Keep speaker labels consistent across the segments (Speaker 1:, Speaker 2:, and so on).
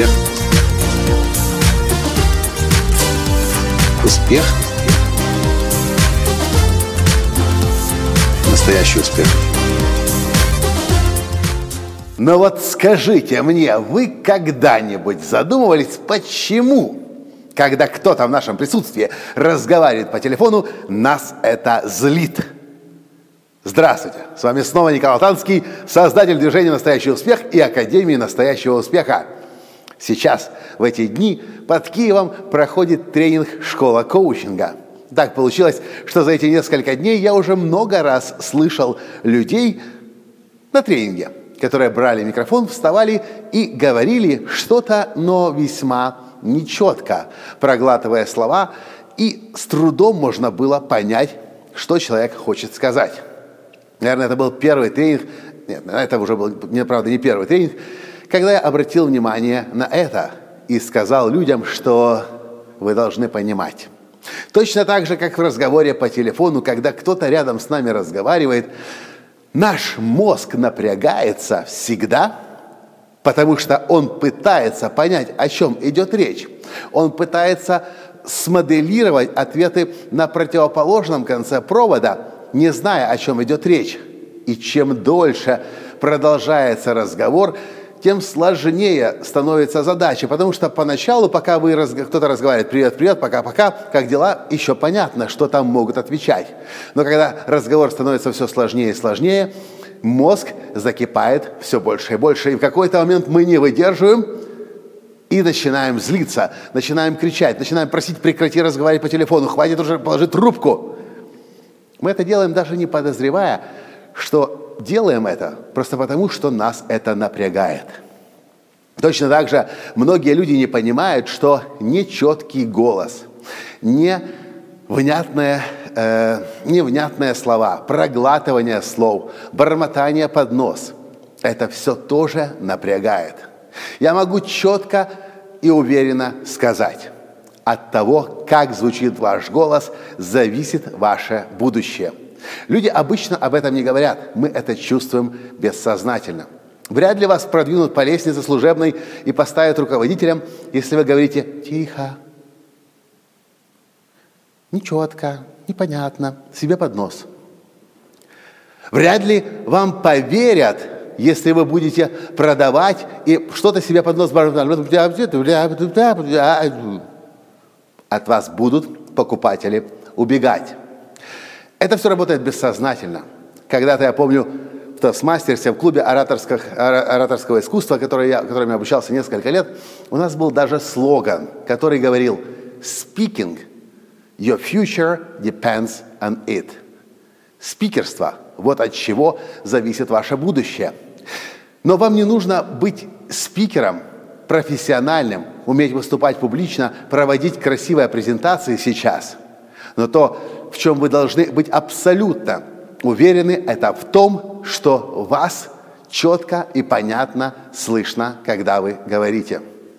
Speaker 1: Успех. Успех. Настоящий успех.
Speaker 2: Но вот скажите мне, вы когда-нибудь задумывались, почему, когда кто-то в нашем присутствии разговаривает по телефону, нас это злит? Здравствуйте! С вами снова Николай Алтанский, создатель движения «Настоящий успех» и Академии настоящего успеха. Сейчас, в эти дни, под Киевом проходит тренинг «Школа коучинга». Так получилось, что за эти несколько дней я уже много раз слышал людей на тренинге, которые брали микрофон, вставали и говорили что-то, но весьма нечетко, проглатывая слова, и с трудом можно было понять, что человек хочет сказать. Наверное, это был первый тренинг, нет, это уже был, правда, не первый тренинг, когда я обратил внимание на это и сказал людям, что вы должны понимать. Точно так же, как в разговоре по телефону, когда кто-то рядом с нами разговаривает, наш мозг напрягается всегда, потому что он пытается понять, о чем идет речь. Он пытается смоделировать ответы на противоположном конце провода, не зная, о чем идет речь. И чем дольше продолжается разговор, тем сложнее становится задача. Потому что поначалу, пока кто-то разговаривает «привет, привет, пока-пока», как дела, еще понятно, что там могут отвечать. Но когда разговор становится все сложнее и сложнее, мозг закипает все больше и больше. И в какой-то момент мы не выдерживаем и начинаем злиться, начинаем кричать, начинаем просить прекрати разговаривать по телефону, хватит уже, положи трубку. Мы это делаем даже не подозревая, что делаем это просто потому, что нас это напрягает. Точно так же многие люди не понимают, что нечеткий голос, невнятные слова, проглатывание слов, бормотание под нос – это все тоже напрягает. Я могу четко и уверенно сказать: от того, как звучит ваш голос, зависит ваше будущее. Люди обычно об этом не говорят, мы это чувствуем бессознательно. Вряд ли вас продвинут по лестнице служебной и поставят руководителем, если вы говорите тихо, нечетко, непонятно, себе под нос. Вряд ли вам поверят, если вы будете продавать и что-то себе под нос. От вас будут покупатели убегать. Это все работает бессознательно. Когда-то, я помню, в Тостмастерсе, в клубе ораторского искусства, которым я обучался несколько лет, у нас был даже слоган, который говорил «Speaking, your future depends on it». Спикерство – вот от чего зависит ваше будущее. Но вам не нужно быть спикером профессиональным, уметь выступать публично, проводить красивые презентации сейчас. Но то, в чем вы должны быть абсолютно уверены, это в том, что вас четко и понятно слышно, когда вы говорите.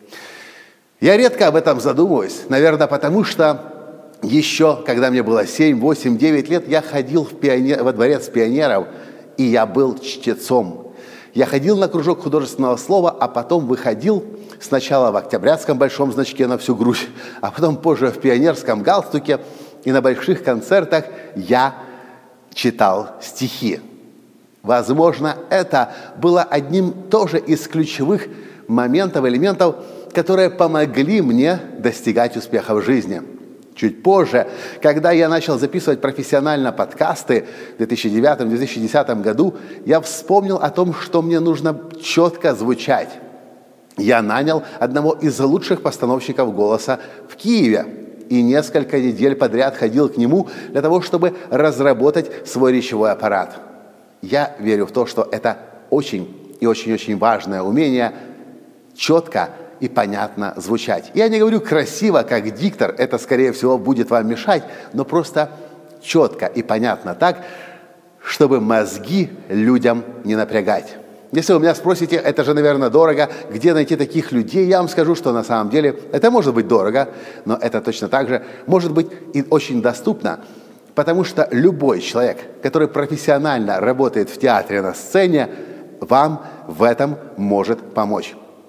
Speaker 2: Я редко об этом задумываюсь, наверное, потому что еще, когда мне было 7, 8, 9 лет, я ходил во дворец пионеров, и я был чтецом. Я ходил на кружок художественного слова, а потом выходил сначала в октябрятском большом значке на всю грудь, а потом позже в пионерском галстуке, и на больших концертах я читал стихи. Возможно, это было одним тоже из ключевых моментов, элементов, которые помогли мне достигать успеха в жизни. Чуть позже, когда я начал записывать профессионально подкасты в 2009-2010 году, я вспомнил о том, что мне нужно четко звучать. Я нанял одного из лучших постановщиков голоса в Киеве и несколько недель подряд ходил к нему для того, чтобы разработать свой речевой аппарат. Я верю в то, что это очень и очень-очень важное умение четко и понятно звучать. Я не говорю красиво, как диктор, это, скорее всего, будет вам мешать, но просто четко и понятно так, чтобы мозги людям не напрягать. Если вы меня спросите, это же, наверное, дорого, где найти таких людей, я вам скажу, что на самом деле это может быть дорого, но это точно так же может быть и очень доступно, потому что любой человек, который профессионально работает в театре на сцене, вам в этом может помочь.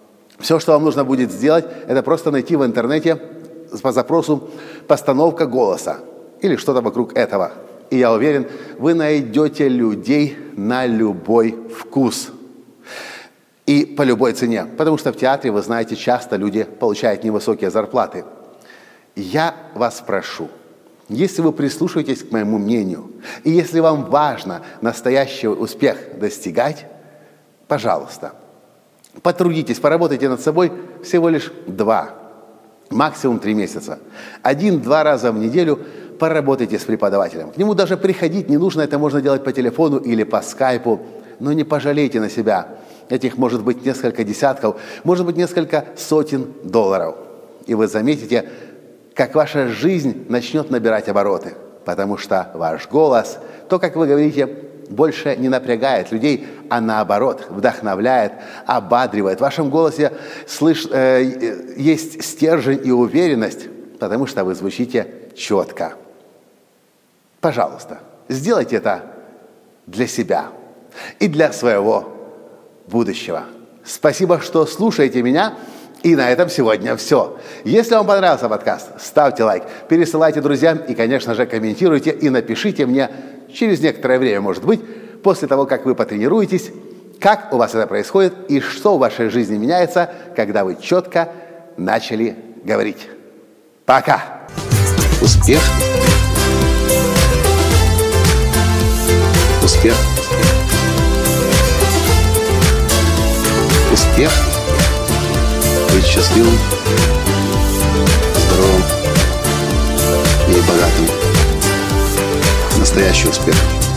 Speaker 2: Все, что вам нужно будет сделать, это просто найти в интернете по запросу «постановка голоса» или что-то вокруг этого. И я уверен, вы найдете людей на любой вкус и по любой цене. Потому что в театре, вы знаете, часто люди получают невысокие зарплаты. Я вас прошу, если вы прислушиваетесь к моему мнению, и если вам важно настоящий успех достигать, пожалуйста, потрудитесь, поработайте над собой всего лишь 2, максимум 3 месяца. 1-2 раза в неделю поработайте с преподавателем. К нему даже приходить не нужно, это можно делать по телефону или по скайпу, но не пожалейте на себя. Этих может быть несколько десятков, может быть несколько сотен долларов. И вы заметите, как ваша жизнь начнет набирать обороты, потому что ваш голос, то, как вы говорите, больше не напрягает людей, а наоборот, вдохновляет, ободривает. В вашем голосе есть стержень и уверенность, потому что вы звучите четко. Пожалуйста, сделайте это для себя и для своего будущего. Спасибо, что слушаете меня. И на этом сегодня все. Если вам понравился подкаст, ставьте лайк, пересылайте друзьям и, конечно же, комментируйте и напишите мне через некоторое время, может быть, после того, как вы потренируетесь, как у вас это происходит и что в вашей жизни меняется, когда вы четко начали говорить. Пока!
Speaker 1: Успех. Успех. Успех. Быть счастливым, здоровым и богатым. Настоящий успех.